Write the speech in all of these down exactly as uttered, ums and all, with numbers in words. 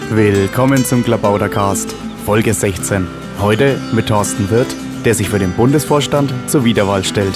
Willkommen zum Klabautercast, Folge sechzehn. Heute mit Thorsten Wirth, der sich für den Bundesvorstand zur Wiederwahl stellt.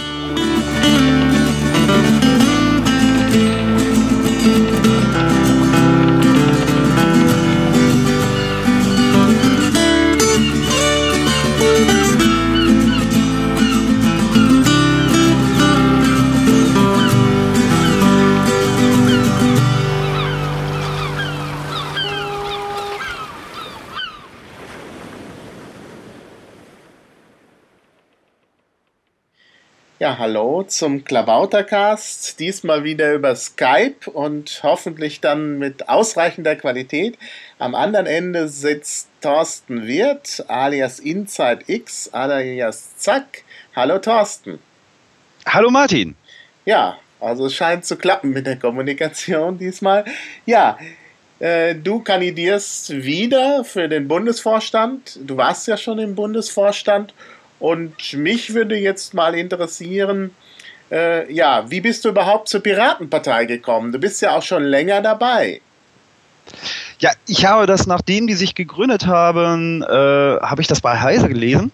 Ja, hallo zum Klabautercast, diesmal wieder über Skype und hoffentlich dann mit ausreichender Qualität. Am anderen Ende sitzt Thorsten Wirth, alias Inside X, alias Zack. Hallo Thorsten. Hallo Martin. Ja, also es scheint zu klappen mit der Kommunikation diesmal. Ja, äh, du kandidierst wieder für den Bundesvorstand. Du warst ja schon im Bundesvorstand. Und mich würde jetzt mal interessieren, äh, ja, wie bist du überhaupt zur Piratenpartei gekommen? Du bist ja auch schon länger dabei. Ja, ich habe das, nachdem die sich gegründet haben, äh, habe ich das bei Heise gelesen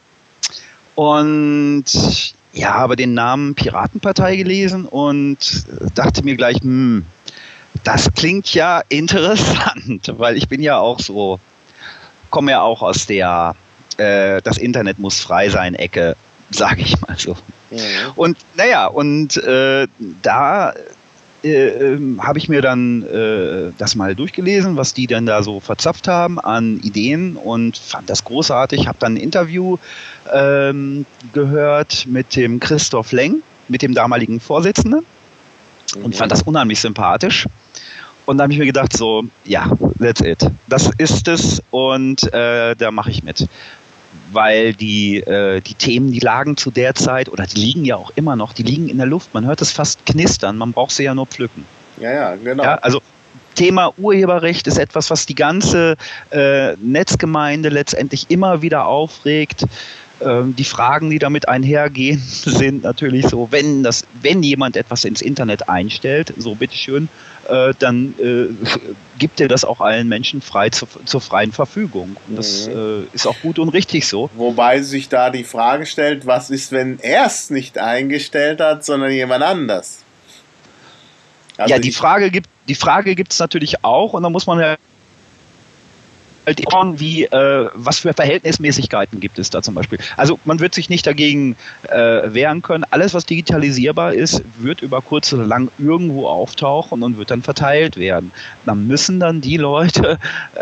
und ja, habe den Namen Piratenpartei gelesen und dachte mir gleich, hm, das klingt ja interessant, weil ich bin ja auch so, komme ja auch aus der das Internet muss frei sein, Ecke, sage ich mal so. Mhm. Und naja, und äh, da äh, habe ich mir dann äh, das mal durchgelesen, was die denn da so verzapft haben an Ideen und fand das großartig. Habe dann ein Interview ähm, gehört mit dem Christoph Leng, mit dem damaligen Vorsitzenden, mhm. und fand das unheimlich sympathisch. Und da habe ich mir gedacht, so, ja, that's it. Das ist es und äh, da mache ich mit. Weil die, äh, die Themen, die lagen zu der Zeit, oder die liegen ja auch immer noch, die liegen in der Luft. Man hört es fast knistern, man braucht sie ja nur pflücken. Ja, ja, genau. Ja, also Thema Urheberrecht ist etwas, was die ganze äh, Netzgemeinde letztendlich immer wieder aufregt. Ähm, die Fragen, die damit einhergehen, sind natürlich so, wenn, das, wenn jemand etwas ins Internet einstellt, so bitteschön, äh, dann äh, gibt er das auch allen Menschen frei zu, zur freien Verfügung. Und das mhm. äh, ist auch gut und richtig so. Wobei sich da die Frage stellt, was ist, wenn er es nicht eingestellt hat, sondern jemand anders? Also ja, die Frage gibt die Frage gibt es natürlich auch und da muss man ja wie, äh, was für Verhältnismäßigkeiten gibt es da zum Beispiel. Also man wird sich nicht dagegen äh, wehren können. Alles, was digitalisierbar ist, wird über kurz oder lang irgendwo auftauchen und wird dann verteilt werden. Dann müssen dann die Leute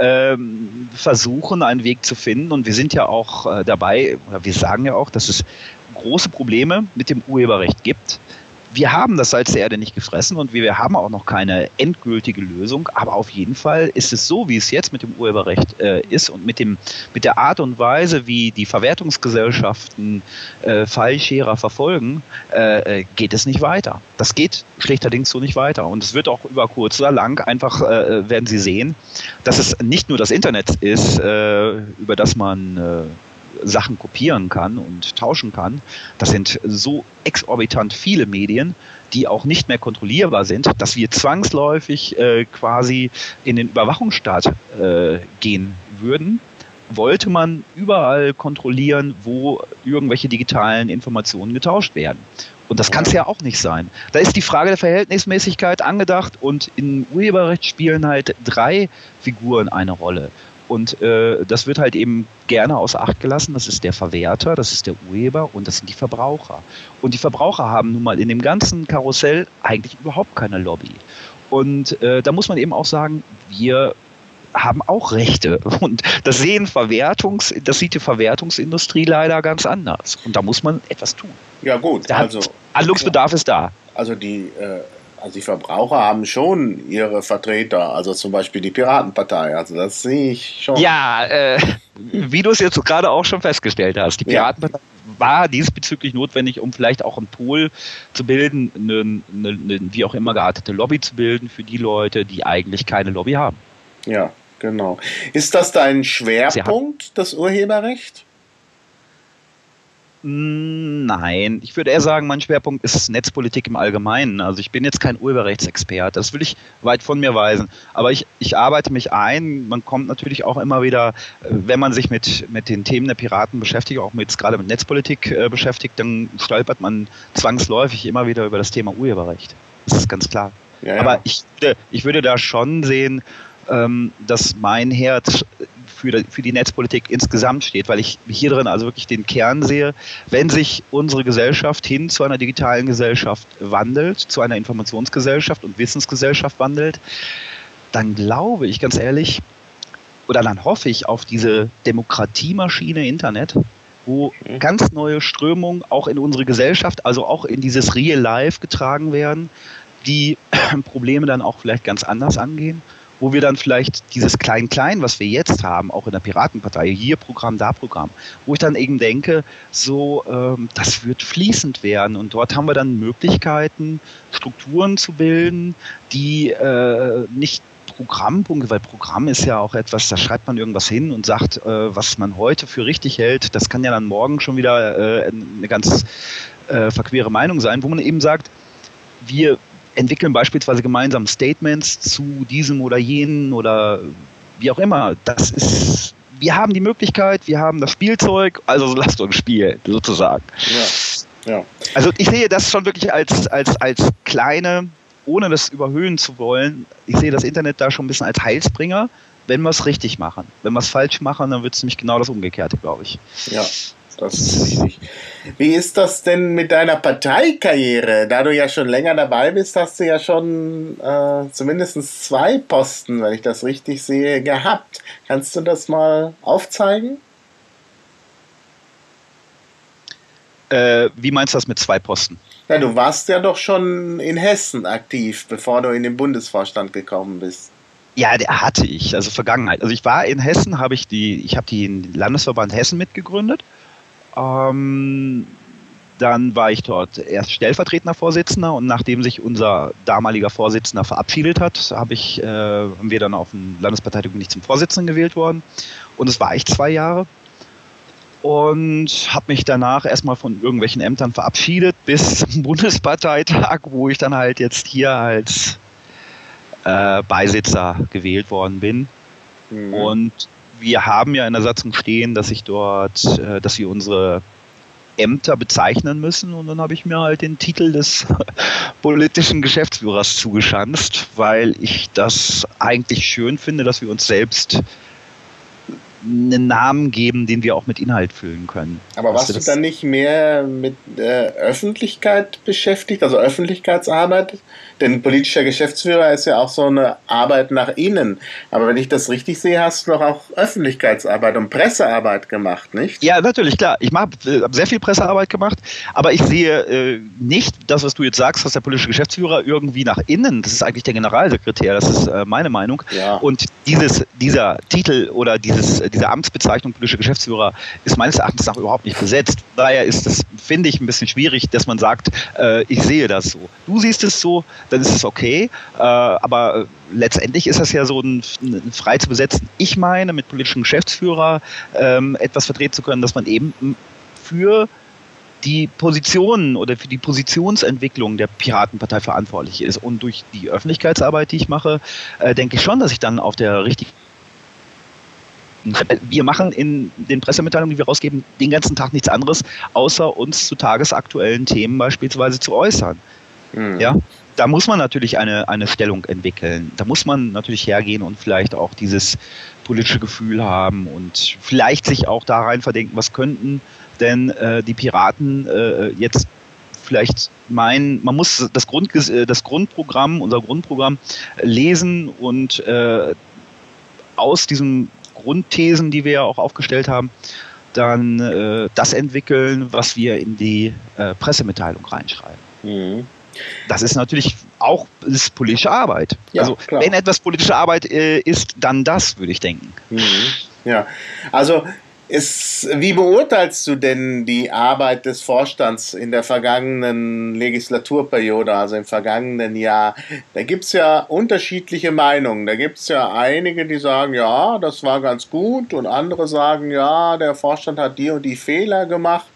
ähm, versuchen, einen Weg zu finden. Und wir sind ja auch äh, dabei, oder wir sagen ja auch, dass es große Probleme mit dem Urheberrecht gibt. Wir haben das Salz der Erde nicht gefressen und wir haben auch noch keine endgültige Lösung, aber auf jeden Fall ist es so, wie es jetzt mit dem Urheberrecht äh, ist und mit dem mit der Art und Weise, wie die Verwertungsgesellschaften äh, Fallscherer verfolgen, äh, geht es nicht weiter. Das geht schlechterdings so nicht weiter und es wird auch über kurz oder lang einfach, äh, werden Sie sehen, dass es nicht nur das Internet ist, äh, über das man äh, Sachen kopieren kann und tauschen kann. Das sind so exorbitant viele Medien, die auch nicht mehr kontrollierbar sind, dass wir zwangsläufig äh, quasi in den Überwachungsstaat äh, gehen würden. Wollte man überall kontrollieren, wo irgendwelche digitalen Informationen getauscht werden. Und das kann es ja auch nicht sein. Da ist die Frage der Verhältnismäßigkeit angedacht und im Urheberrecht spielen halt drei Figuren eine Rolle. Und äh, das wird halt eben gerne außer Acht gelassen. Das ist der Verwerter, das ist der Urheber und das sind die Verbraucher. Und die Verbraucher haben nun mal in dem ganzen Karussell eigentlich überhaupt keine Lobby. Und äh, da muss man eben auch sagen, wir haben auch Rechte. Und das sehen Verwertungs, das sieht die Verwertungsindustrie leider ganz anders. Und da muss man etwas tun. Ja gut, da also Handlungsbedarf ist da. Also die äh Also die Verbraucher haben schon ihre Vertreter, also zum Beispiel die Piratenpartei, also das sehe ich schon. Ja, äh, wie du es jetzt gerade auch schon festgestellt hast, die Piratenpartei ja. war diesbezüglich notwendig, um vielleicht auch einen Pool zu bilden, eine, eine, eine wie auch immer geartete Lobby zu bilden für die Leute, die eigentlich keine Lobby haben. Ja, genau. Ist das dein Schwerpunkt, das Urheberrecht? Nein, ich würde eher sagen, mein Schwerpunkt ist Netzpolitik im Allgemeinen. Also ich bin jetzt kein Urheberrechtsexperte, das will ich weit von mir weisen. Aber ich, ich arbeite mich ein, man kommt natürlich auch immer wieder, wenn man sich mit, mit den Themen der Piraten beschäftigt, auch mit, gerade mit Netzpolitik äh, beschäftigt, dann stolpert man zwangsläufig immer wieder über das Thema Urheberrecht. Das ist ganz klar. Ja, ja. Aber ich, ich würde da schon sehen, ähm, dass mein Herz für, für die Netzpolitik insgesamt steht, weil ich hier drin also wirklich den Kern sehe, wenn sich unsere Gesellschaft hin zu einer digitalen Gesellschaft wandelt, zu einer Informationsgesellschaft und Wissensgesellschaft wandelt, dann glaube ich ganz ehrlich, oder dann hoffe ich auf diese Demokratiemaschine Internet, wo ganz neue Strömungen auch in unsere Gesellschaft, also auch in dieses Real Life getragen werden, die Probleme dann auch vielleicht ganz anders angehen, wo wir dann vielleicht dieses Klein-Klein, was wir jetzt haben, auch in der Piratenpartei, hier Programm, da Programm, wo ich dann eben denke, so, ähm, das wird fließend werden und dort haben wir dann Möglichkeiten, Strukturen zu bilden, die äh, nicht Programmpunkte, weil Programm ist ja auch etwas, da schreibt man irgendwas hin und sagt, äh, was man heute für richtig hält, das kann ja dann morgen schon wieder äh, eine ganz äh, verquere Meinung sein, wo man eben sagt, wir entwickeln beispielsweise gemeinsam Statements zu diesem oder jenen oder wie auch immer. Das ist, wir haben die Möglichkeit, wir haben das Spielzeug, also lasst uns spielen, sozusagen. Ja. Ja. Also ich sehe das schon wirklich als, als, als kleine, ohne das überhöhen zu wollen, ich sehe das Internet da schon ein bisschen als Heilsbringer, wenn wir es richtig machen. Wenn wir es falsch machen, dann wird es nämlich genau das Umgekehrte, glaube ich. Ja. Das ist richtig. Wie ist das denn mit deiner Parteikarriere? Da du ja schon länger dabei bist, hast du ja schon äh, zumindest zwei Posten, wenn ich das richtig sehe, gehabt. Kannst du das mal aufzeigen? Äh, wie meinst du das mit zwei Posten? Ja, du warst ja doch schon in Hessen aktiv, bevor du in den Bundesvorstand gekommen bist. Ja, der hatte ich, also Vergangenheit. Also ich war in Hessen, habe ich die, ich habe den Landesverband Hessen mitgegründet. Ähm, dann war ich dort erst stellvertretender Vorsitzender und nachdem sich unser damaliger Vorsitzender verabschiedet hat, habe ich, äh, haben wir dann auf dem Landesparteitag nicht zum Vorsitzenden gewählt worden und es war ich zwei Jahre und habe mich danach erstmal von irgendwelchen Ämtern verabschiedet bis zum Bundesparteitag, wo ich dann halt jetzt hier als äh, Beisitzer gewählt worden bin. Mhm. Und wir haben ja in der Satzung stehen, dass ich dort, äh, dass wir unsere Ämter bezeichnen müssen und dann habe ich mir halt den Titel des politischen Geschäftsführers zugeschanzt, weil ich das eigentlich schön finde, dass wir uns selbst einen Namen geben, den wir auch mit Inhalt füllen können. Aber warst du dann nicht mehr mit äh, Öffentlichkeit beschäftigt, also Öffentlichkeitsarbeit? Denn politischer Geschäftsführer ist ja auch so eine Arbeit nach innen. Aber wenn ich das richtig sehe, hast du doch auch Öffentlichkeitsarbeit und Pressearbeit gemacht, nicht? Ja, natürlich, klar. Ich habe äh, sehr viel Pressearbeit gemacht, aber ich sehe äh, nicht das, was du jetzt sagst, dass der politische Geschäftsführer irgendwie nach innen, das ist eigentlich der Generalsekretär, das ist äh, meine Meinung. Ja. Und dieses, dieser Titel oder dieses, diese Amtsbezeichnung politischer Geschäftsführer ist meines Erachtens nach überhaupt nicht besetzt. Daher ist es, finde ich, ein bisschen schwierig, dass man sagt, äh, ich sehe das so. Du siehst es so, dann ist es okay, äh, aber letztendlich ist das ja so ein, ein frei zu besetzen. Ich meine, mit politischem Geschäftsführer ähm, etwas vertreten zu können, dass man eben für die Positionen oder für die Positionsentwicklung der Piratenpartei verantwortlich ist. Und durch die Öffentlichkeitsarbeit, die ich mache, äh, denke ich schon, dass ich dann auf der richtigen Wir machen in den Pressemitteilungen, die wir rausgeben, den ganzen Tag nichts anderes, außer uns zu tagesaktuellen Themen beispielsweise zu äußern. Mhm. Ja, da muss man natürlich eine, eine Stellung entwickeln. Da muss man natürlich hergehen und vielleicht auch dieses politische Gefühl haben und vielleicht sich auch da rein verdenken, was könnten denn äh, die Piraten äh, jetzt vielleicht meinen, man muss das, Grund, das Grundprogramm, unser Grundprogramm lesen und äh, aus diesen Grundthesen, die wir ja auch aufgestellt haben, dann äh, das entwickeln, was wir in die äh, Pressemitteilung reinschreiben. Mhm. Das ist natürlich auch das ist politische Arbeit. Ja, also klar. Wenn etwas politische Arbeit äh, ist, dann das, würde ich denken. Mhm. Ja, also ist, wie beurteilst du denn die Arbeit des Vorstands in der vergangenen Legislaturperiode, also im vergangenen Jahr? Da gibt es ja unterschiedliche Meinungen. Da gibt es ja einige, die sagen, ja, das war ganz gut und andere sagen, ja, der Vorstand hat die und die Fehler gemacht.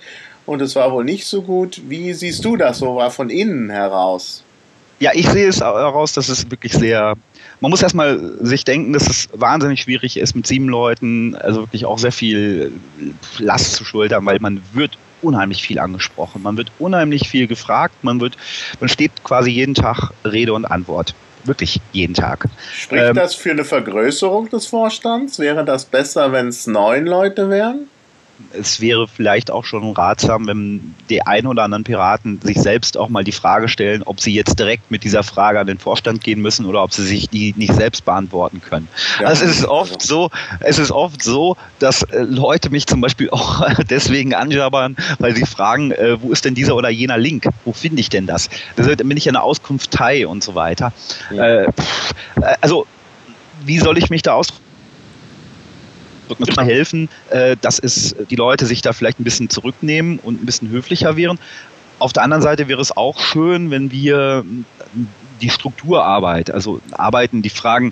und es war wohl nicht so gut. Wie siehst du das so, war von innen heraus? Ja, ich sehe es heraus, dass es wirklich sehr, man muss erstmal sich denken, dass es wahnsinnig schwierig ist mit sieben Leuten, also wirklich auch sehr viel Last zu schultern, weil man wird unheimlich viel angesprochen, man wird unheimlich viel gefragt, man wird, man steht quasi jeden Tag Rede und Antwort. Wirklich jeden Tag. Spricht ähm, das für eine Vergrößerung des Vorstands? Wäre das besser, wenn es neun Leute wären? Es wäre vielleicht auch schon ratsam, wenn die ein oder anderen Piraten sich selbst auch mal die Frage stellen, ob sie jetzt direkt mit dieser Frage an den Vorstand gehen müssen oder ob sie sich die nicht selbst beantworten können. Ja, also es ist oft so, es ist oft so, dass Leute mich zum Beispiel auch deswegen anjabbern, weil sie fragen, äh, wo ist denn dieser oder jener Link? Wo finde ich denn das? Dann bin ich eine Auskunftei und so weiter. Ja. Äh, pff, also wie soll ich mich da ausdrücken? Mal helfen, dass es die Leute sich da vielleicht ein bisschen zurücknehmen und ein bisschen höflicher wären. Auf der anderen Seite wäre es auch schön, wenn wir die Strukturarbeit, also Arbeiten, die fragen,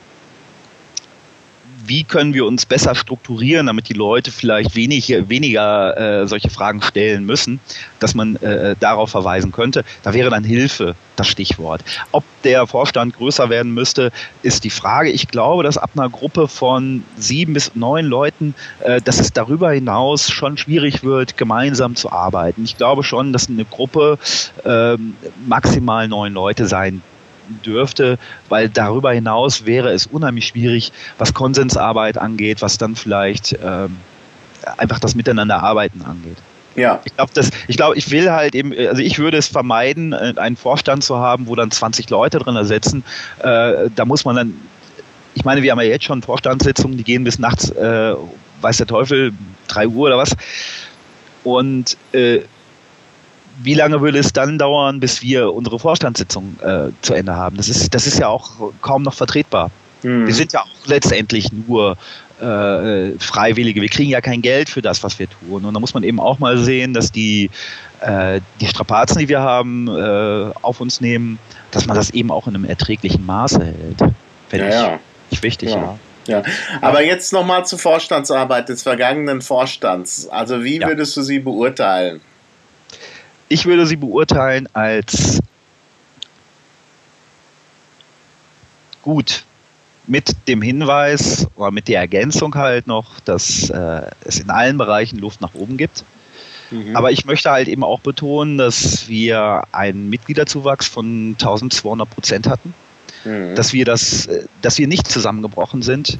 wie können wir uns besser strukturieren, damit die Leute vielleicht wenig, weniger äh, solche Fragen stellen müssen, dass man äh, darauf verweisen könnte. Da wäre dann Hilfe das Stichwort. Ob der Vorstand größer werden müsste, ist die Frage. Ich glaube, dass ab einer Gruppe von sieben bis neun Leuten, äh, dass es darüber hinaus schon schwierig wird, gemeinsam zu arbeiten. Ich glaube schon, dass eine Gruppe äh, maximal neun Leute sein dürfte, weil darüber hinaus wäre es unheimlich schwierig, was Konsensarbeit angeht, was dann vielleicht ähm, einfach das Miteinanderarbeiten angeht. Ja. Ich glaube, das, ich glaube, ich will halt eben, also ich würde es vermeiden, einen Vorstand zu haben, wo dann zwanzig Leute drin sitzen. Äh, da muss man dann, ich meine, wir haben ja jetzt schon Vorstandssitzungen, die gehen bis nachts, äh, weiß der Teufel, drei Uhr oder was. Und äh, wie lange würde es dann dauern, bis wir unsere Vorstandssitzung äh, zu Ende haben? Das ist, das ist ja auch kaum noch vertretbar. Mhm. Wir sind ja auch letztendlich nur äh, Freiwillige. Wir kriegen ja kein Geld für das, was wir tun. Und da muss man eben auch mal sehen, dass die, äh, die Strapazen, die wir haben, äh, auf uns nehmen, dass man das eben auch in einem erträglichen Maße hält. Fände ja, ja. ich wichtig, ja. ja. Ja. Aber jetzt nochmal zur Vorstandsarbeit des vergangenen Vorstands. Also wie ja. würdest du sie beurteilen? Ich würde sie beurteilen als gut, mit dem Hinweis oder mit der Ergänzung halt noch, dass äh, es in allen Bereichen Luft nach oben gibt. Mhm. Aber ich möchte halt eben auch betonen, dass wir einen Mitgliederzuwachs von eintausendzweihundert Prozent hatten, mhm. dass wir das, dass wir nicht zusammengebrochen sind,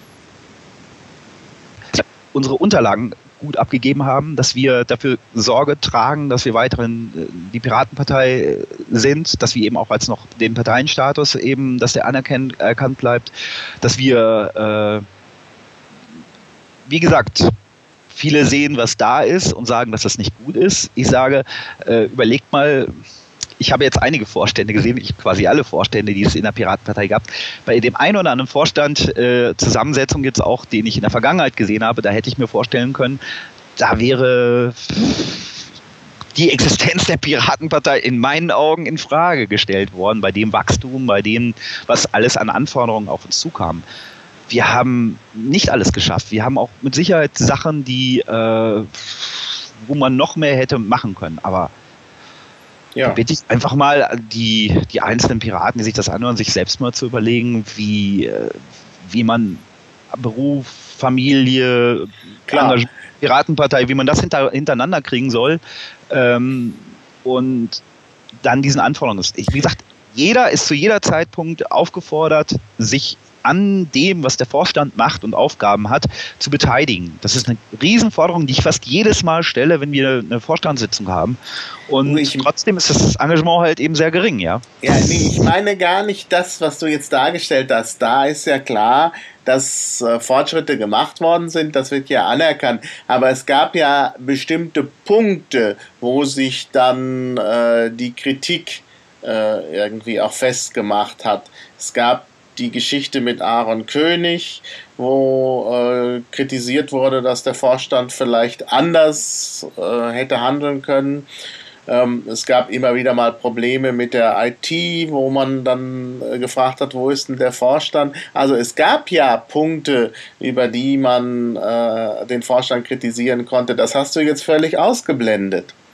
unsere Unterlagen gut abgegeben haben, dass wir dafür Sorge tragen, dass wir weiterhin die Piratenpartei sind, dass wir eben auch als noch den Parteienstatus eben, dass der anerkannt erkannt bleibt, dass wir, äh, wie gesagt, viele sehen, was da ist und sagen, dass das nicht gut ist. Ich sage, äh, überlegt mal, ich habe jetzt einige Vorstände gesehen, ich habe quasi alle Vorstände, die es in der Piratenpartei gab. Bei dem einen oder anderen Vorstand, äh, Zusammensetzung jetzt auch, den ich in der Vergangenheit gesehen habe, da hätte ich mir vorstellen können, da wäre die Existenz der Piratenpartei in meinen Augen in Frage gestellt worden, bei dem Wachstum, bei dem, was alles an Anforderungen auf uns zukam. Wir haben nicht alles geschafft. Wir haben auch mit Sicherheit Sachen, die, äh, wo man noch mehr hätte machen können, aber ja. Da bitte ich einfach mal die, die einzelnen Piraten, die sich das anhören, sich selbst mal zu überlegen, wie, wie man Beruf, Familie, Klar. Piratenpartei, wie man das hinter, hintereinander kriegen soll. Ähm, und dann diesen Anforderungen. Ich, wie gesagt, jeder ist zu jeder Zeitpunkt aufgefordert, sich an dem, was der Vorstand macht und Aufgaben hat, zu beteiligen. Das ist eine Riesenforderung, die ich fast jedes Mal stelle, wenn wir eine Vorstandssitzung haben. Und ich, trotzdem ist das Engagement halt eben sehr gering, ja. Ja, nee, ich meine gar nicht das, was du jetzt dargestellt hast. Da ist ja klar, dass äh, Fortschritte gemacht worden sind, das wird ja anerkannt. Aber es gab ja bestimmte Punkte, wo sich dann äh, die Kritik äh, irgendwie auch festgemacht hat. Es gab die Geschichte mit Aaron König, wo äh, kritisiert wurde, dass der Vorstand vielleicht anders äh, hätte handeln können. Ähm, es gab immer wieder mal Probleme mit der I T, wo man dann äh, gefragt hat, wo ist denn der Vorstand? Also es gab ja Punkte, über die man äh, den Vorstand kritisieren konnte. Das hast du jetzt völlig ausgeblendet.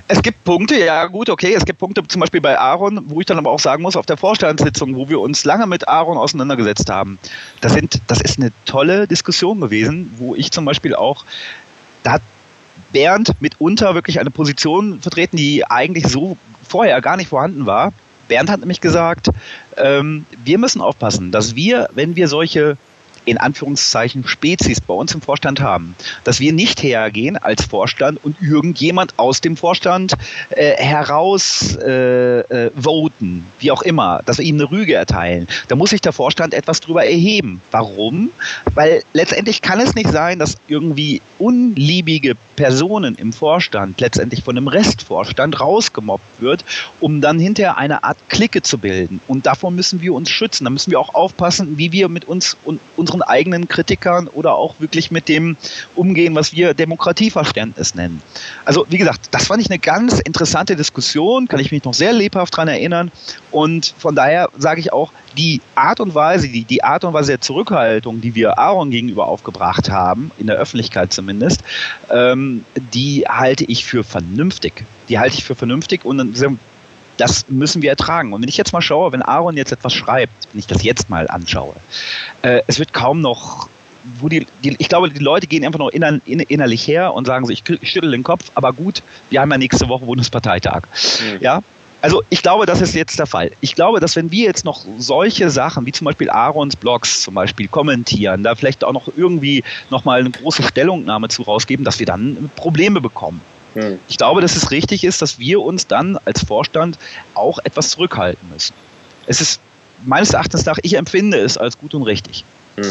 Es gibt Punkte, ja gut, okay, es gibt Punkte zum Beispiel bei Aaron, wo ich dann aber auch sagen muss, auf der Vorstandssitzung, wo wir uns lange mit Aaron auseinandergesetzt haben, das, sind, das ist eine tolle Diskussion gewesen, wo ich zum Beispiel auch, da hat Bernd mitunter wirklich eine Position vertreten, die eigentlich so vorher gar nicht vorhanden war. Bernd hat nämlich gesagt, ähm, wir müssen aufpassen, dass wir, wenn wir solche in Anführungszeichen Spezies bei uns im Vorstand haben, dass wir nicht hergehen als Vorstand und irgendjemand aus dem Vorstand äh, heraus äh, äh, voten, wie auch immer, dass wir ihm eine Rüge erteilen. Da muss sich der Vorstand etwas drüber erheben. Warum? Weil letztendlich kann es nicht sein, dass irgendwie unliebige Personen im Vorstand letztendlich von dem Restvorstand rausgemobbt wird, um dann hinterher eine Art Clique zu bilden. Und davor müssen wir uns schützen. Da müssen wir auch aufpassen, wie wir mit uns und unseren eigenen Kritikern oder auch wirklich mit dem umgehen, was wir Demokratieverständnis nennen. Also wie gesagt, das fand ich eine ganz interessante Diskussion, kann ich mich noch sehr lebhaft daran erinnern und von daher sage ich auch, die Art und Weise, die, die Art und Weise der Zurückhaltung, die wir Aaron gegenüber aufgebracht haben, in der Öffentlichkeit zumindest, ähm, die halte ich für vernünftig. Die halte ich für vernünftig und dann das müssen wir ertragen. Und wenn ich jetzt mal schaue, wenn Aaron jetzt etwas schreibt, wenn ich das jetzt mal anschaue, äh, es wird kaum noch, wo die, die, ich glaube, die Leute gehen einfach noch inner, inner, innerlich her und sagen so, ich, ich schüttel den Kopf, aber gut, wir haben ja nächste Woche Bundesparteitag. Mhm. Ja, also ich glaube, das ist jetzt der Fall. Ich glaube, dass wenn wir jetzt noch solche Sachen, wie zum Beispiel Aarons Blogs zum Beispiel kommentieren, da vielleicht auch noch irgendwie nochmal eine große Stellungnahme zu rausgeben, dass wir dann Probleme bekommen. Ich glaube, dass es richtig ist, dass wir uns dann als Vorstand auch etwas zurückhalten müssen. Es ist meines Erachtens nach, ich empfinde es als gut und richtig.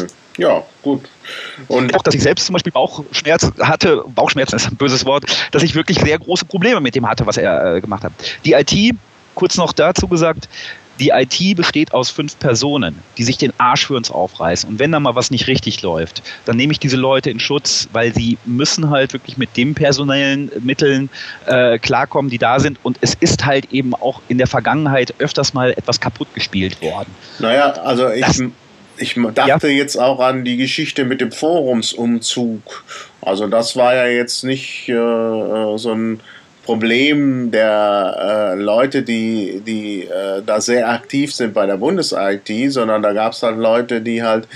Ja, gut. Und auch, dass ich selbst zum Beispiel Bauchschmerz hatte, Bauchschmerzen ist ein böses Wort, dass ich wirklich sehr große Probleme mit dem hatte, was er äh, gemacht hat. Die I T, kurz noch dazu gesagt, die I T besteht aus fünf Personen, die sich den Arsch für uns aufreißen. Und wenn da mal was nicht richtig läuft, dann nehme ich diese Leute in Schutz, weil sie müssen halt wirklich mit den personellen Mitteln äh, klarkommen, die da sind. Und es ist halt eben auch in der Vergangenheit öfters mal etwas kaputt gespielt worden. Naja, also ich... Das, Ich dachte ja. jetzt auch an die Geschichte mit dem Forumsumzug. Also das war ja jetzt nicht äh, so ein Problem der äh, Leute, die, die äh, da sehr aktiv sind bei der Bundes-I T, sondern da gab es halt Leute, die halt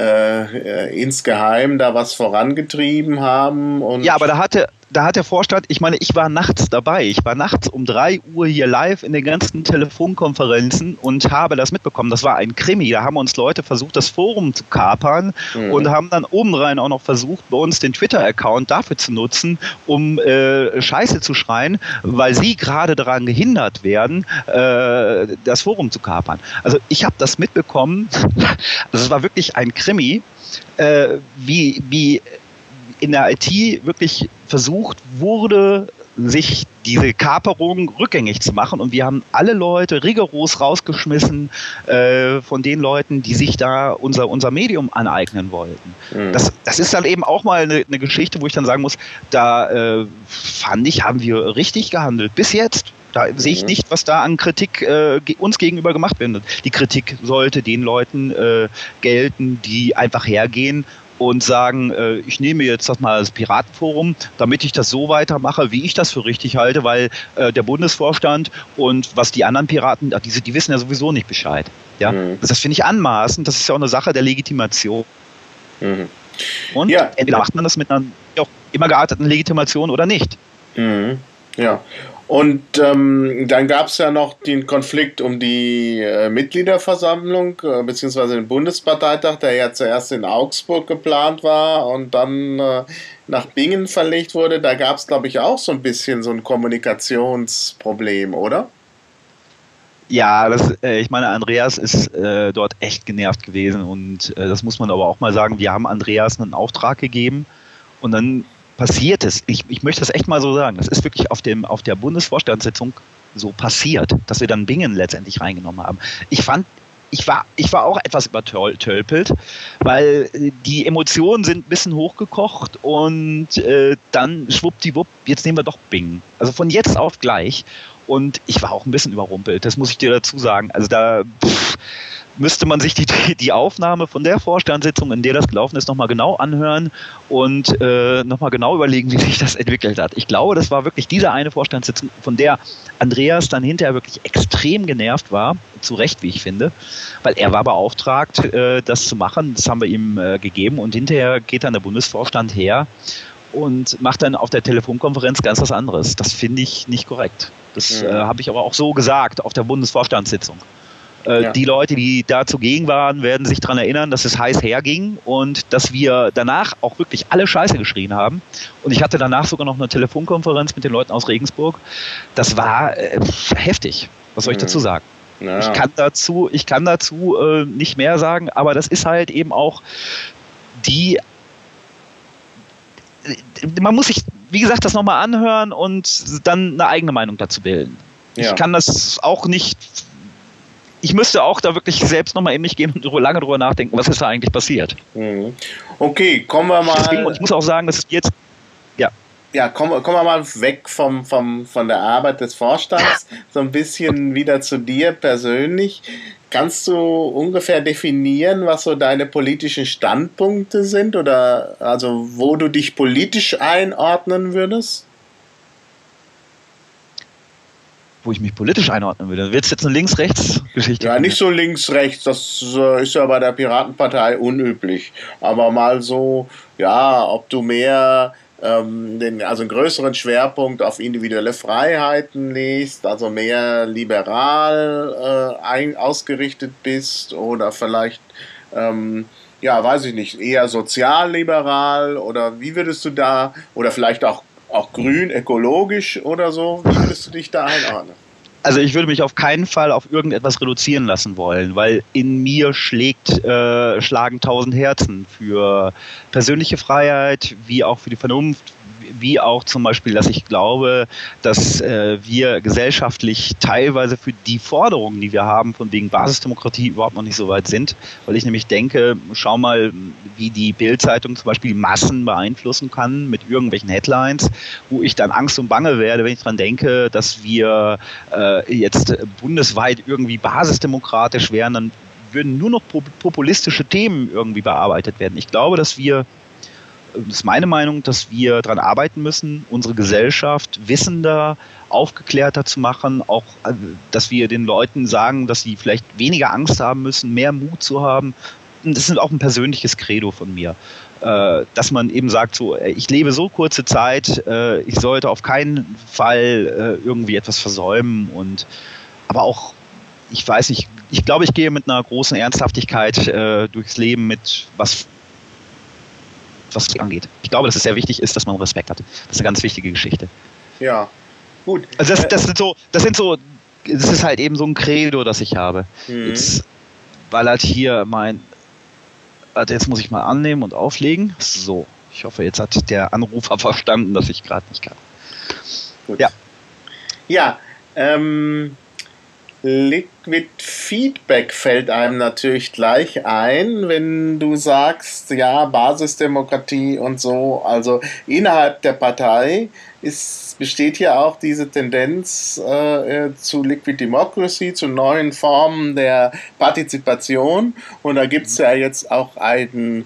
äh, insgeheim da was vorangetrieben haben. Und ja, aber da hatte... Da hat der Vorstand, ich meine, ich war nachts dabei. Ich war nachts um drei Uhr hier live in den ganzen Telefonkonferenzen und habe das mitbekommen. Das war ein Krimi. Da haben uns Leute versucht, das Forum zu kapern mhm. und haben dann obendrein auch noch versucht, bei uns den Twitter-Account dafür zu nutzen, um äh, Scheiße zu schreien, weil sie gerade daran gehindert werden, äh, das Forum zu kapern. Also ich habe das mitbekommen. Also es war wirklich ein Krimi, äh, wie, wie in der I T wirklich versucht wurde, sich diese Kaperung rückgängig zu machen. Und wir haben alle Leute rigoros rausgeschmissen äh, von den Leuten, die sich da unser, unser Medium aneignen wollten. Mhm. Das, das ist dann eben auch mal eine, eine Geschichte, wo ich dann sagen muss, da äh, fand ich, haben wir richtig gehandelt. Bis jetzt. Da mhm. sehe ich nicht, was da an Kritik äh, uns gegenüber gemacht wird. Die Kritik sollte den Leuten äh, gelten, die einfach hergehen und sagen, äh, ich nehme jetzt das mal das Piratenforum, damit ich das so weitermache, wie ich das für richtig halte, weil äh, der Bundesvorstand und was die anderen Piraten, die, die wissen ja sowieso nicht Bescheid. Ja? Mhm. Das finde ich anmaßend, das ist ja auch eine Sache der Legitimation. Mhm. Und ja. entweder macht man das mit einer auch immer gearteten Legitimation oder nicht. Mhm. Ja. Und ähm, dann gab es ja noch den Konflikt um die äh, Mitgliederversammlung, äh, beziehungsweise den Bundesparteitag, der ja zuerst in Augsburg geplant war und dann äh, nach Bingen verlegt wurde. Da gab es, glaube ich, auch so ein bisschen so ein Kommunikationsproblem, oder? Ja, das, äh, ich meine, Andreas ist äh, dort echt genervt gewesen und äh, das muss man aber auch mal sagen, wir haben Andreas einen Auftrag gegeben und dann passiert es. Ich, ich möchte das echt mal so sagen. Das ist wirklich auf, dem, auf der Bundesvorstandssitzung so passiert, dass wir dann Bingen letztendlich reingenommen haben. Ich fand, ich war, ich war auch etwas übertölpelt, weil die Emotionen sind ein bisschen hochgekocht und äh, dann schwuppdiwupp, jetzt nehmen wir doch Bingen. Also von jetzt auf gleich. Und ich war auch ein bisschen überrumpelt, das muss ich dir dazu sagen. Also da pff, müsste man sich die, die Aufnahme von der Vorstandssitzung, in der das gelaufen ist, nochmal genau anhören und äh, nochmal genau überlegen, wie sich das entwickelt hat. Ich glaube, das war wirklich diese eine Vorstandssitzung, von der Andreas dann hinterher wirklich extrem genervt war, zu Recht, wie ich finde, weil er war beauftragt, äh, das zu machen. Das haben wir ihm äh, gegeben und hinterher geht dann der Bundesvorstand her und macht dann auf der Telefonkonferenz ganz was anderes. Das finde ich nicht korrekt. Das äh, habe ich aber auch so gesagt auf der Bundesvorstandssitzung. Äh, ja. Die Leute, die da zugegen waren, werden sich daran erinnern, dass es heiß herging und dass wir danach auch wirklich alle Scheiße geschrien haben. Und ich hatte danach sogar noch eine Telefonkonferenz mit den Leuten aus Regensburg. Das war äh, heftig. Was soll ich dazu sagen? Ja. Ich kann dazu, ich kann dazu äh, nicht mehr sagen, aber das ist halt eben auch die man muss sich, wie gesagt, das nochmal anhören und dann eine eigene Meinung dazu bilden. Ja. Ich kann das auch nicht, ich müsste auch da wirklich selbst nochmal in mich gehen und lange drüber nachdenken, was ist da eigentlich passiert. Mhm. Okay, kommen wir mal. Deswegen, und ich muss auch sagen, dass es jetzt, ja. Ja, kommen, kommen wir mal weg vom, vom, von der Arbeit des Vorstands, so ein bisschen wieder zu dir persönlich. Kannst du ungefähr definieren, was so deine politischen Standpunkte sind oder also wo du dich politisch einordnen würdest? Wo ich mich politisch einordnen würde. Wird es jetzt eine Links-Rechts-Geschichte? Ja, nicht so links-rechts, das äh, ist ja bei der Piratenpartei unüblich. Aber mal so, ja, ob du mehr ähm, den, also einen größeren Schwerpunkt auf individuelle Freiheiten legst, also mehr liberal äh, ein, ausgerichtet bist oder vielleicht, ähm, ja, weiß ich nicht, eher sozialliberal oder wie würdest du da, oder vielleicht auch auch grün, ökologisch oder so? Wie würdest du dich da einordnen? Also ich würde mich auf keinen Fall auf irgendetwas reduzieren lassen wollen, weil in mir schlägt, äh, schlagen tausend Herzen für persönliche Freiheit, wie auch für die Vernunft, wie auch zum Beispiel, dass ich glaube, dass äh, wir gesellschaftlich teilweise für die Forderungen, die wir haben, von wegen Basisdemokratie überhaupt noch nicht so weit sind, weil ich nämlich denke, schau mal, wie die Bild-Zeitung zum Beispiel Massen beeinflussen kann mit irgendwelchen Headlines, wo ich dann Angst und Bange werde, wenn ich dran denke, dass wir äh, jetzt bundesweit irgendwie basisdemokratisch wären, dann würden nur noch populistische Themen irgendwie bearbeitet werden. Ich glaube, dass wir Das ist meine Meinung, dass wir daran arbeiten müssen, unsere Gesellschaft wissender, aufgeklärter zu machen, auch, dass wir den Leuten sagen, dass sie vielleicht weniger Angst haben müssen, mehr Mut zu haben. Und das ist auch ein persönliches Credo von mir, dass man eben sagt, so, ich lebe so kurze Zeit, ich sollte auf keinen Fall irgendwie etwas versäumen und aber auch, ich weiß nicht, ich glaube, ich gehe mit einer großen Ernsthaftigkeit durchs Leben mit was was es angeht. Ich glaube, dass es sehr wichtig ist, dass man Respekt hat. Das ist eine ganz wichtige Geschichte. Ja, gut. Also das, das sind so, das sind so, das ist halt eben so ein Credo, das ich habe. Mhm. Jetzt, weil halt hier mein, also jetzt muss ich mal annehmen und auflegen. So, ich hoffe, jetzt hat der Anrufer verstanden, dass ich gerade nicht kann. Gut. Ja. Ja, ähm, Liquid Feedback fällt einem natürlich gleich ein, wenn du sagst, ja, Basisdemokratie und so. Also innerhalb der Partei ist, besteht hier auch diese Tendenz äh, zu Liquid Democracy, zu neuen Formen der Partizipation. Und da gibt es ja jetzt auch ein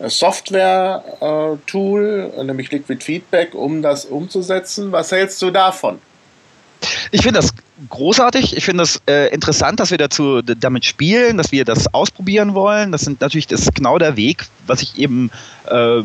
Software-Tool, äh, nämlich Liquid Feedback, um das umzusetzen. Was hältst du davon? Ich finde das großartig. Ich finde es äh, interessant, dass wir dazu d- damit spielen, dass wir das ausprobieren wollen. Das sind natürlich das ist genau der Weg, was ich eben äh,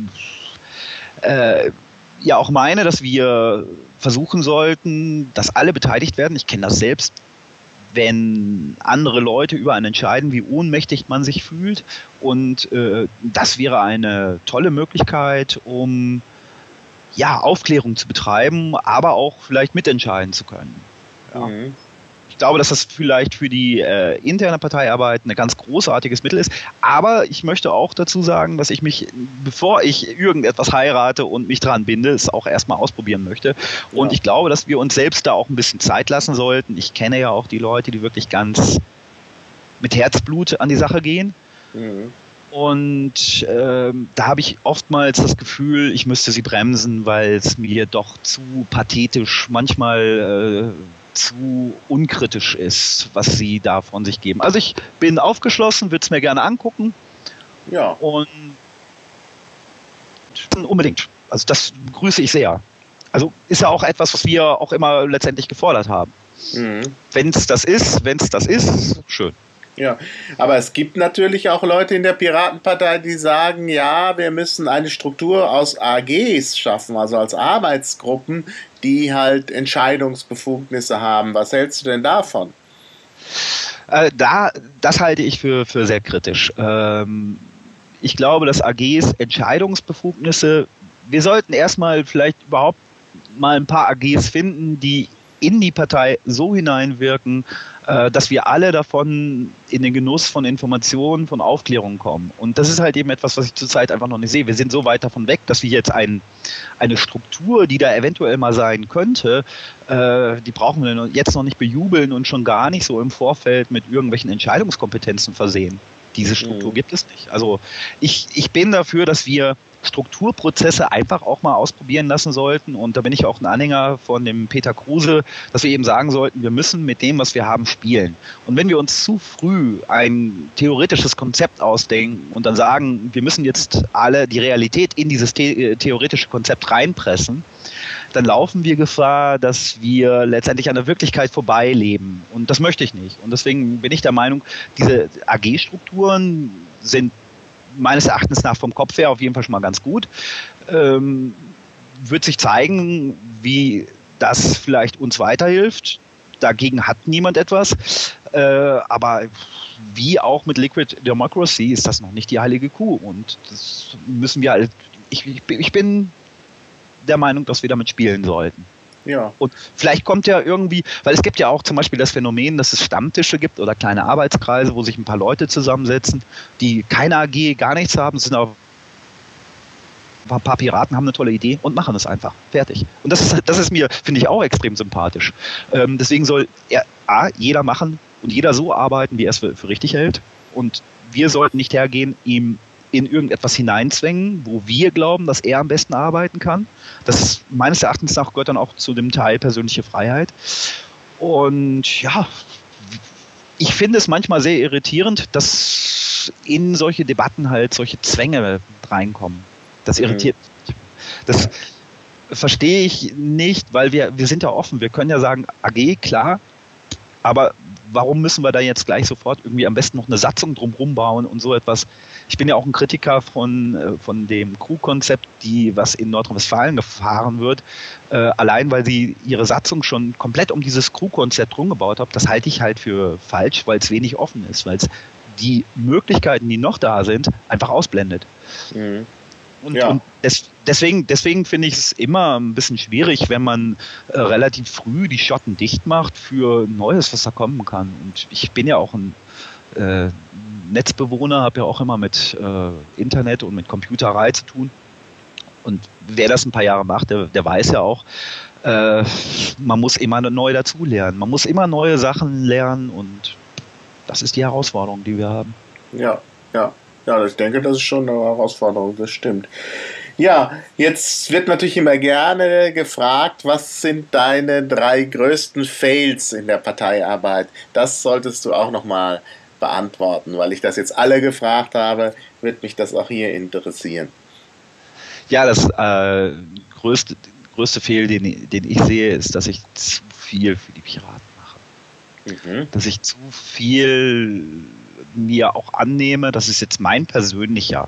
äh, ja auch meine, dass wir versuchen sollten, dass alle beteiligt werden. Ich kenne das selbst, wenn andere Leute über einen entscheiden, wie ohnmächtig man sich fühlt. Und äh, das wäre eine tolle Möglichkeit, um ja, Aufklärung zu betreiben, aber auch vielleicht mitentscheiden zu können. Ja. Mhm. Ich glaube, dass das vielleicht für die äh, interne Parteiarbeit ein ganz großartiges Mittel ist. Aber ich möchte auch dazu sagen, dass ich mich, bevor ich irgendetwas heirate und mich dran binde, es auch erstmal ausprobieren möchte. Und ja. Ich glaube, dass wir uns selbst da auch ein bisschen Zeit lassen sollten. Ich kenne ja auch die Leute, die wirklich ganz mit Herzblut an die Sache gehen. Mhm. Und ähm, da habe ich oftmals das Gefühl, ich müsste sie bremsen, weil es mir doch zu pathetisch manchmal äh, zu unkritisch ist, was sie da von sich geben. Also ich bin aufgeschlossen, würde es mir gerne angucken. Ja. Und unbedingt. Also das begrüße ich sehr. Also ist ja auch etwas, was wir auch immer letztendlich gefordert haben. Mhm. Wenn es das ist, wenn es das ist, schön. Ja, aber es gibt natürlich auch Leute in der Piratenpartei, die sagen, ja, wir müssen eine Struktur aus A Gs schaffen, also als Arbeitsgruppen, die halt Entscheidungsbefugnisse haben. Was hältst du denn davon? Äh, da, das halte ich für, für sehr kritisch. Ähm, ich glaube, dass A Gs Entscheidungsbefugnisse, wir sollten erstmal vielleicht überhaupt mal ein paar A Gs finden, die in die Partei so hineinwirken, äh, dass wir alle davon in den Genuss von Informationen, von Aufklärung kommen. Und das ist halt eben etwas, was ich zurzeit einfach noch nicht sehe. Wir sind so weit davon weg, dass wir jetzt ein, eine Struktur, die da eventuell mal sein könnte, äh, die brauchen wir jetzt noch nicht bejubeln und schon gar nicht so im Vorfeld mit irgendwelchen Entscheidungskompetenzen versehen. Diese Struktur mhm. gibt es nicht. Also ich, ich bin dafür, dass wir Strukturprozesse einfach auch mal ausprobieren lassen sollten. Und da bin ich auch ein Anhänger von dem Peter Kruse, dass wir eben sagen sollten, wir müssen mit dem, was wir haben, spielen. Und wenn wir uns zu früh ein theoretisches Konzept ausdenken und dann sagen, wir müssen jetzt alle die Realität in dieses the- theoretische Konzept reinpressen, dann laufen wir Gefahr, dass wir letztendlich an der Wirklichkeit vorbeileben. Und das möchte ich nicht. Und deswegen bin ich der Meinung, diese A G-Strukturen sind meines Erachtens nach vom Kopf her auf jeden Fall schon mal ganz gut. Ähm, wird sich zeigen, wie das vielleicht uns weiterhilft. Dagegen hat niemand etwas. Äh, aber wie auch mit Liquid Democracy ist das noch nicht die heilige Kuh. Und das müssen wir halt, ich, ich, ich bin der Meinung, dass wir damit spielen sollten. Ja. Und vielleicht kommt ja irgendwie, weil es gibt ja auch zum Beispiel das Phänomen, dass es Stammtische gibt oder kleine Arbeitskreise, wo sich ein paar Leute zusammensetzen, die keine A G, gar nichts haben, sind auch ein paar Piraten, haben eine tolle Idee und machen es einfach. Fertig. Und das ist, das ist mir, finde ich, auch extrem sympathisch. Ähm, deswegen soll er, A, jeder machen und jeder so arbeiten, wie er es für, für richtig hält. Und wir sollten nicht hergehen, ihm in irgendetwas hineinzwängen, wo wir glauben, dass er am besten arbeiten kann. Das ist meines Erachtens nach gehört dann auch zu dem Teil persönliche Freiheit. Und ja, ich finde es manchmal sehr irritierend, dass in solche Debatten halt solche Zwänge reinkommen. Das irritiert mich. Das verstehe ich nicht, weil wir, wir sind ja offen. Wir können ja sagen, A G, klar, aber warum müssen wir da jetzt gleich sofort irgendwie am besten noch eine Satzung drumherum bauen und so etwas? Ich bin ja auch ein Kritiker von, von dem Crew-Konzept, die, was in Nordrhein-Westfalen gefahren wird, äh, allein weil sie ihre Satzung schon komplett um dieses Crew-Konzept rumgebaut haben. Das halte ich halt für falsch, weil es wenig offen ist, weil es die Möglichkeiten, die noch da sind, einfach ausblendet. Mhm. Und, ja. und des, deswegen, deswegen finde ich es immer ein bisschen schwierig, wenn man äh, relativ früh die Schotten dicht macht für Neues, was da kommen kann. Und ich bin ja auch ein äh, Netzbewohner, habe ja auch immer mit äh, Internet und mit Computerei zu tun. Und wer das ein paar Jahre macht, der, der weiß ja auch, äh, man muss immer neu dazulernen. Man muss immer neue Sachen lernen und das ist die Herausforderung, die wir haben. Ja, ja. Ja, ich denke, das ist schon eine Herausforderung, das stimmt. Ja, jetzt wird natürlich immer gerne gefragt, was sind deine drei größten Fails in der Parteiarbeit? Das solltest du auch nochmal beantworten, weil ich das jetzt alle gefragt habe, wird mich das auch hier interessieren. Ja, das äh, größte, größte Fehl, den, den ich sehe, ist, dass ich zu viel für die Piraten mache. Mhm. Dass ich zu viel mir auch annehme, das ist jetzt mein persönlicher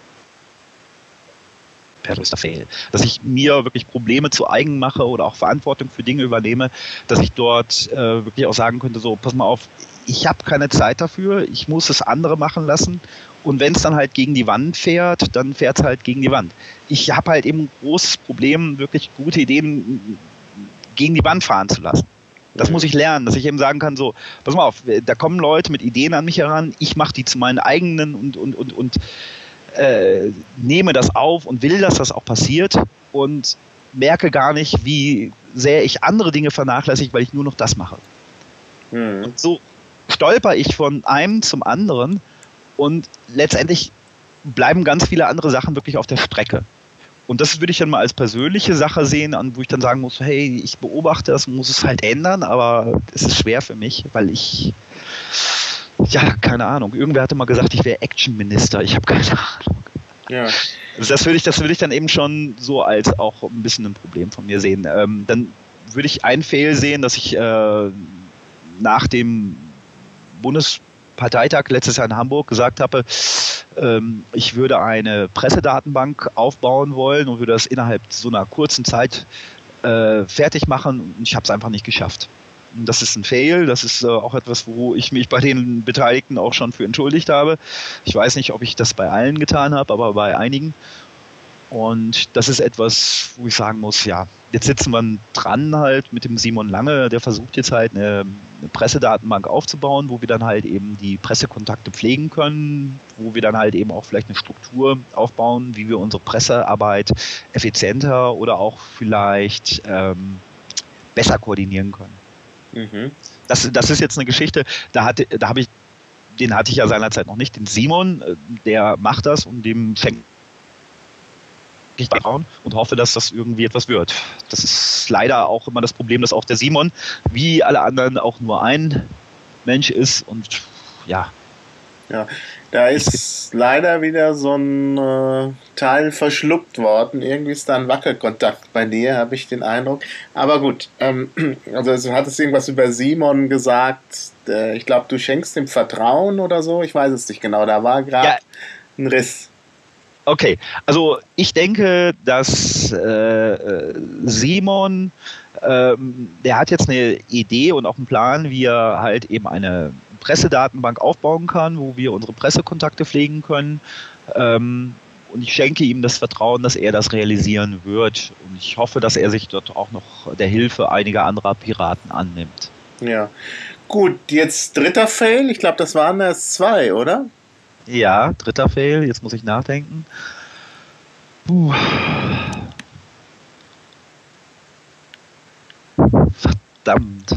größter Fail, dass ich mir wirklich Probleme zu eigen mache oder auch Verantwortung für Dinge übernehme, dass ich dort äh, wirklich auch sagen könnte, so, pass mal auf, ich habe keine Zeit dafür, ich muss es andere machen lassen und wenn es dann halt gegen die Wand fährt, dann fährt es halt gegen die Wand. Ich habe halt eben ein großes Problem, wirklich gute Ideen gegen die Wand fahren zu lassen. Das muss ich lernen, dass ich eben sagen kann, so, pass mal auf, da kommen Leute mit Ideen an mich heran, ich mache die zu meinen eigenen und, und, und, und äh, nehme das auf und will, dass das auch passiert und merke gar nicht, wie sehr ich andere Dinge vernachlässige, weil ich nur noch das mache. Mhm. Und so stolper ich von einem zum anderen und letztendlich bleiben ganz viele andere Sachen wirklich auf der Strecke. Und das würde ich dann mal als persönliche Sache sehen, an wo ich dann sagen muss, hey, ich beobachte das, muss es halt ändern, aber es ist schwer für mich, weil ich, ja, keine Ahnung, irgendwer hatte mal gesagt, ich wäre Actionminister, ich habe keine Ahnung. Ja. Also das würde ich, das würde ich dann eben schon so als auch ein bisschen ein Problem von mir sehen. Ähm, dann würde ich einen Fail sehen, dass ich äh, nach dem Bundesparteitag letztes Jahr in Hamburg gesagt habe, ähm, ich würde eine Pressedatenbank aufbauen wollen und würde das innerhalb so einer kurzen Zeit äh, fertig machen und ich habe es einfach nicht geschafft. Und das ist ein Fail, das ist äh, auch etwas, wo ich mich bei den Beteiligten auch schon für entschuldigt habe. Ich weiß nicht, ob ich das bei allen getan habe, aber bei einigen. Und das ist etwas, wo ich sagen muss, ja, jetzt sitzen wir dran halt mit dem Simon Lange, der versucht jetzt halt eine, eine Pressedatenbank aufzubauen, wo wir dann halt eben die Pressekontakte pflegen können, wo wir dann halt eben auch vielleicht eine Struktur aufbauen, wie wir unsere Pressearbeit effizienter oder auch vielleicht ähm, besser koordinieren können. Mhm. Das, das ist jetzt eine Geschichte, da, hatte, da habe ich, den hatte ich ja seinerzeit noch nicht, den Simon, der macht das und dem fängt ich bauen und hoffe, dass das irgendwie etwas wird. Das ist leider auch immer das Problem, dass auch der Simon, wie alle anderen, auch nur ein Mensch ist und ja. Ja, da ist leider wieder so ein äh, Teil verschluckt worden. Irgendwie ist da ein Wackelkontakt bei dir, habe ich den Eindruck. Aber gut, ähm, also du hattest irgendwas über Simon gesagt. Äh, ich glaube, du schenkst ihm Vertrauen oder so. Ich weiß es nicht genau. Da war gerade ja ein Riss. Okay, also ich denke, dass äh, Simon, äh, der hat jetzt eine Idee und auch einen Plan, wie er halt eben eine Pressedatenbank aufbauen kann, wo wir unsere Pressekontakte pflegen können. Ähm, und ich schenke ihm das Vertrauen, dass er das realisieren wird. Und ich hoffe, dass er sich dort auch noch der Hilfe einiger anderer Piraten annimmt. Ja, gut, jetzt dritter Fail. Ich glaube, das waren erst zwei, oder? Ja, dritter Fail. Jetzt muss ich nachdenken. Puh. Verdammt.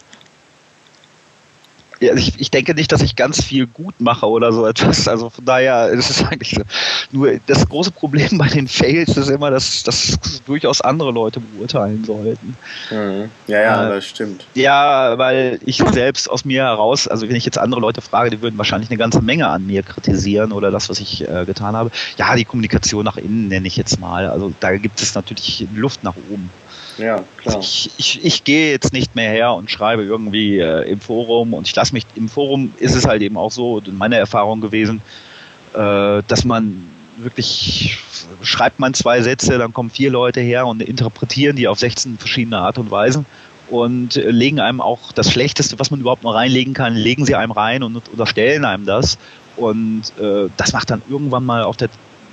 Ja, ich, ich denke nicht, dass ich ganz viel gut mache oder so etwas. Also von daher ist es eigentlich so. Nur das große Problem bei den Fails ist immer, dass das durchaus andere Leute beurteilen sollten. Mhm. Ja, ja, äh, das stimmt. Ja, weil ich selbst aus mir heraus, also wenn ich jetzt andere Leute frage, die würden wahrscheinlich eine ganze Menge an mir kritisieren oder das, was ich äh, getan habe. Ja, die Kommunikation nach innen nenne ich jetzt mal. Also da gibt es natürlich Luft nach oben. Ja, klar. Ich, ich, ich gehe jetzt nicht mehr her und schreibe irgendwie äh, im Forum und ich lasse mich, im Forum ist es halt eben auch so, meine Erfahrung gewesen, äh, dass man wirklich, schreibt man zwei Sätze, dann kommen vier Leute her und interpretieren die auf sechzehn verschiedene Art und Weisen und äh, legen einem auch das Schlechteste, was man überhaupt noch reinlegen kann, legen sie einem rein und unterstellen einem das und äh, das macht dann irgendwann mal auf der,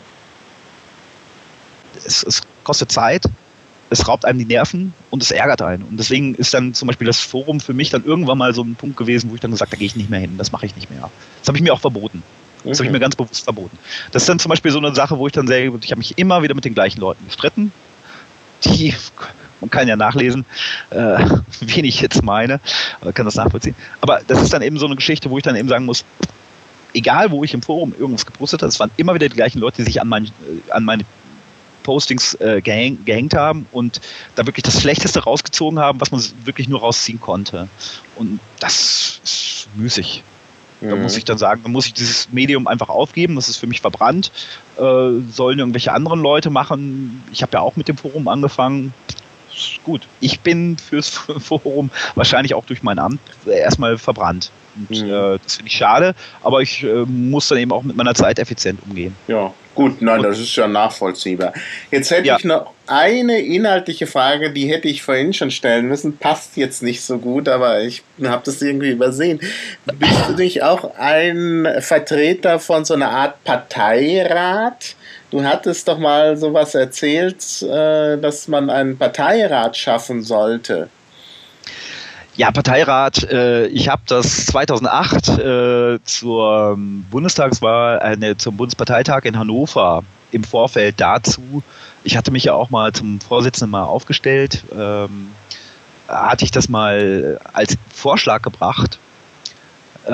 es, es kostet Zeit. Es raubt einem die Nerven und es ärgert einen. Und deswegen ist dann zum Beispiel das Forum für mich dann irgendwann mal so ein Punkt gewesen, wo ich dann gesagt habe, da gehe ich nicht mehr hin, das mache ich nicht mehr. Das habe ich mir auch verboten. Das okay. habe ich mir ganz bewusst verboten. Das ist dann zum Beispiel so eine Sache, wo ich dann sehr, ich habe mich immer wieder mit den gleichen Leuten gestritten. Die, man kann ja nachlesen, äh, wen ich jetzt meine, kann das nachvollziehen. Aber das ist dann eben so eine Geschichte, wo ich dann eben sagen muss, egal wo ich im Forum irgendwas gepostet habe, es waren immer wieder die gleichen Leute, die sich an, mein, an meine Postings äh, gehäng, gehängt haben und da wirklich das Schlechteste rausgezogen haben, was man wirklich nur rausziehen konnte. Und das ist müßig. Mhm. Da muss ich dann sagen, da muss ich dieses Medium einfach aufgeben, das ist für mich verbrannt. Äh, sollen irgendwelche anderen Leute machen. Ich habe ja auch mit dem Forum angefangen. Gut, ich bin fürs Forum wahrscheinlich auch durch mein Amt erstmal verbrannt. Und, mhm. äh, das finde ich schade, aber ich äh, muss dann eben auch mit meiner Zeit effizient umgehen. Ja, gut, nein, das ist ja nachvollziehbar. Jetzt hätte ja. ich noch eine inhaltliche Frage, die hätte ich vorhin schon stellen müssen, passt jetzt nicht so gut, aber ich habe das irgendwie übersehen. Bist du nicht auch ein Vertreter von so einer Art Parteirat? Du hattest doch mal sowas erzählt, dass man einen Parteirat schaffen sollte. Ja, Parteirat, äh, ich habe das zweitausendacht äh, zur Bundestagswahl, äh, ne, zum Bundesparteitag in Hannover im Vorfeld dazu, ich hatte mich ja auch mal zum Vorsitzenden mal aufgestellt, ähm, hatte ich das mal als Vorschlag gebracht, äh,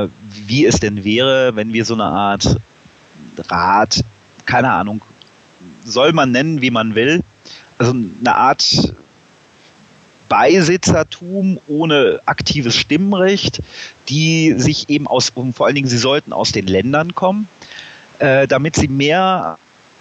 wie es denn wäre, wenn wir so eine Art Rat, keine Ahnung, soll man nennen, wie man will, also eine Art Beisitzertum ohne aktives Stimmrecht, die sich eben aus, und vor allen Dingen, sie sollten aus den Ländern kommen, äh, damit sie mehr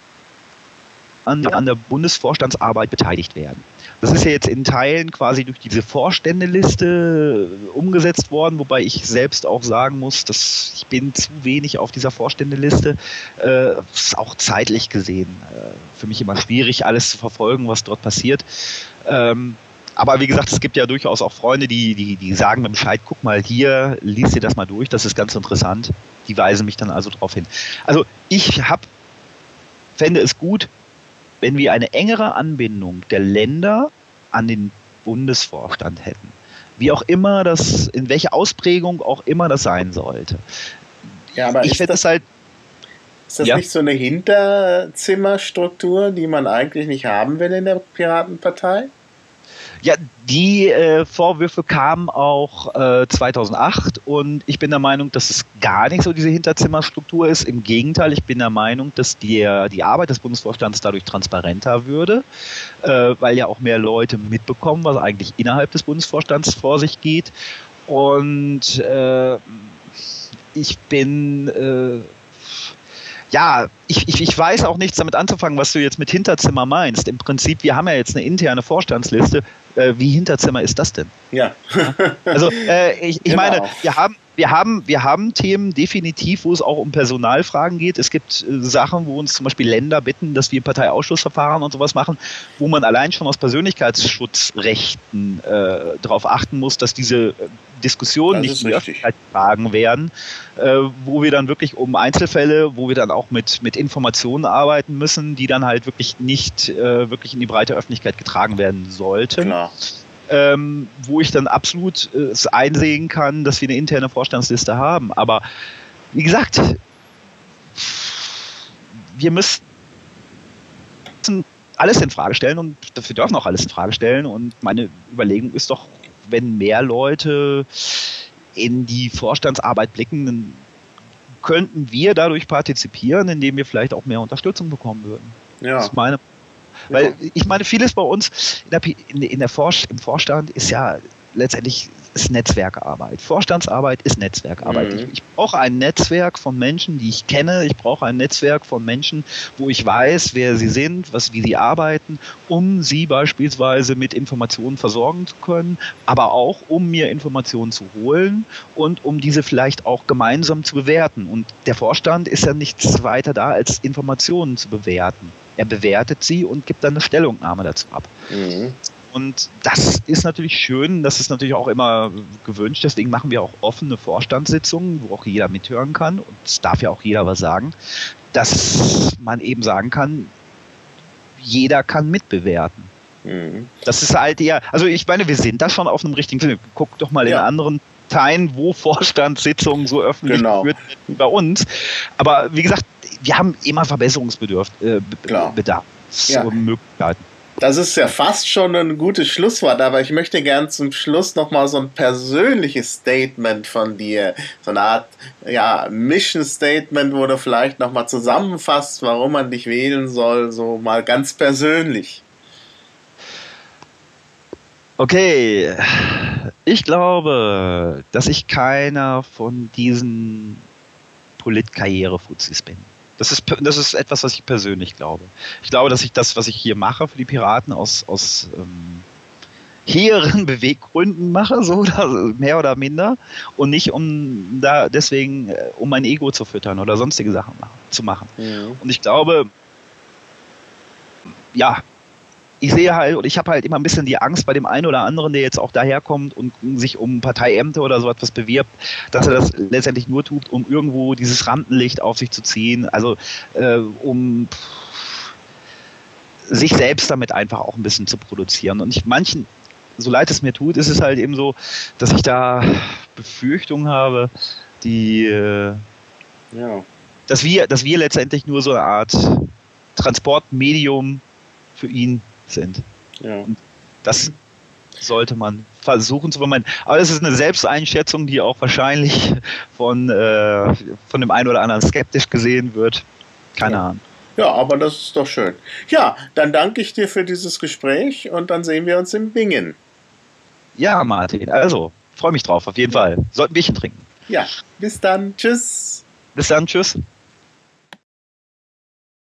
an, an der Bundesvorstandsarbeit beteiligt werden. Das ist ja jetzt in Teilen quasi durch diese Vorständeliste umgesetzt worden, wobei ich selbst auch sagen muss, dass ich bin zu wenig auf dieser Vorständeliste. Äh, ist auch zeitlich gesehen äh, für mich immer schwierig, alles zu verfolgen, was dort passiert. Ähm, aber wie gesagt, es gibt ja durchaus auch Freunde, die, die, die sagen mir Bescheid, guck mal hier, lies dir das mal durch, das ist ganz interessant. Die weisen mich dann also darauf hin. Also ich hab, fände es gut, wenn wir eine engere Anbindung der Länder an den Bundesvorstand hätten. Wie auch immer das, in welcher Ausprägung auch immer das sein sollte. Ja, aber ich finde das halt. Ist das ja? nicht so eine Hinterzimmerstruktur, die man eigentlich nicht haben will in der Piratenpartei? Ja, die äh, Vorwürfe kamen auch äh, zweitausendacht und ich bin der Meinung, dass es gar nicht so diese Hinterzimmerstruktur ist. Im Gegenteil, ich bin der Meinung, dass die, die Arbeit des Bundesvorstands dadurch transparenter würde, äh, weil ja auch mehr Leute mitbekommen, was eigentlich innerhalb des Bundesvorstands vor sich geht. Und äh, ich bin... Äh, Ja, ich, ich, ich weiß auch nichts damit anzufangen, was du jetzt mit Hinterzimmer meinst. Im Prinzip, wir haben ja jetzt eine interne Vorstandsliste. Äh, wie Hinterzimmer ist das denn? Ja. Also äh, ich, ich Genau. meine, wir haben, wir, haben, wir haben Themen definitiv, wo es auch um Personalfragen geht. Es gibt äh, Sachen, wo uns zum Beispiel Länder bitten, dass wir Parteiausschussverfahren und sowas machen, wo man allein schon aus Persönlichkeitsschutzrechten äh, darauf achten muss, dass diese äh, Diskussionen nicht in die Öffentlichkeit getragen werden, äh, wo wir dann wirklich um Einzelfälle, wo wir dann auch mit, mit Informationen arbeiten müssen, die dann halt wirklich nicht äh, wirklich in die breite Öffentlichkeit getragen werden sollten. Klar. Ähm, wo ich dann absolut äh, es einsehen kann, dass wir eine interne Vorstandsliste haben. Aber wie gesagt, wir müssen alles in Frage stellen und wir dürfen auch alles in Frage stellen. Und meine Überlegung ist doch, wenn mehr Leute in die Vorstandsarbeit blicken, dann könnten wir dadurch partizipieren, indem wir vielleicht auch mehr Unterstützung bekommen würden. Ja. Das ist meine, weil ich meine, vieles bei uns in der, in, in der Vor, im Vorstand ist ja letztendlich ist Netzwerkarbeit. Vorstandsarbeit ist Netzwerkarbeit. Mhm. Ich, ich brauche ein Netzwerk von Menschen, die ich kenne. Ich brauche ein Netzwerk von Menschen, wo ich weiß, wer sie sind, was, wie sie arbeiten, um sie beispielsweise mit Informationen versorgen zu können, aber auch, um mir Informationen zu holen und um diese vielleicht auch gemeinsam zu bewerten. Und der Vorstand ist ja nichts weiter da, als Informationen zu bewerten. Er bewertet sie und gibt dann eine Stellungnahme dazu ab. Mhm. Und das ist natürlich schön, das ist natürlich auch immer gewünscht, deswegen machen wir auch offene Vorstandssitzungen, wo auch jeder mithören kann und es darf ja auch jeder was sagen, dass man eben sagen kann, jeder kann mitbewerten. Mhm. Das ist halt eher, also ich meine, wir sind da schon auf einem richtigen Film. Guck doch mal ja. in anderen Teilen, wo Vorstandssitzungen so öffentlich genau. geführt werden wie bei uns. Aber wie gesagt, wir haben immer Verbesserungsbedarf, äh, Bedarf ja. und Möglichkeiten. Das ist ja fast schon ein gutes Schlusswort, aber ich möchte gern zum Schluss nochmal so ein persönliches Statement von dir, so eine Art ja, Mission Statement, wo du vielleicht nochmal zusammenfasst, warum man dich wählen soll, so mal ganz persönlich. Okay, ich glaube, dass ich keiner von diesen Politkarriere-Fuzis bin. Das ist, das ist etwas, was ich persönlich glaube. Ich glaube, dass ich das, was ich hier mache für die Piraten, aus, aus ähm, hehren Beweggründen mache, so oder mehr oder minder, und nicht um da deswegen, um mein Ego zu füttern oder sonstige Sachen machen, zu machen. Ja. Und ich glaube, ja, ich sehe halt, und ich habe halt immer ein bisschen die Angst bei dem einen oder anderen, der jetzt auch daherkommt und sich um Parteiämter oder so etwas bewirbt, dass er das letztendlich nur tut, um irgendwo dieses Rampenlicht auf sich zu ziehen, also äh, um sich selbst damit einfach auch ein bisschen zu produzieren. Und ich manchen, so leid es mir tut, ist es halt eben so, dass ich da Befürchtungen habe, die äh, ja. dass wir, dass wir letztendlich nur so eine Art Transportmedium für ihn sind. Ja. Und das sollte man versuchen zu vermeiden. Aber das ist eine Selbsteinschätzung, die auch wahrscheinlich von, äh, von dem einen oder anderen skeptisch gesehen wird. Keine ja. Ahnung. Ja, aber das ist doch schön. Ja, dann danke ich dir für dieses Gespräch und dann sehen wir uns in Bingen. Ja, Martin, also, freue mich drauf, auf jeden Fall. Sollten Bierchen trinken. Ja, bis dann. Tschüss. Bis dann, tschüss.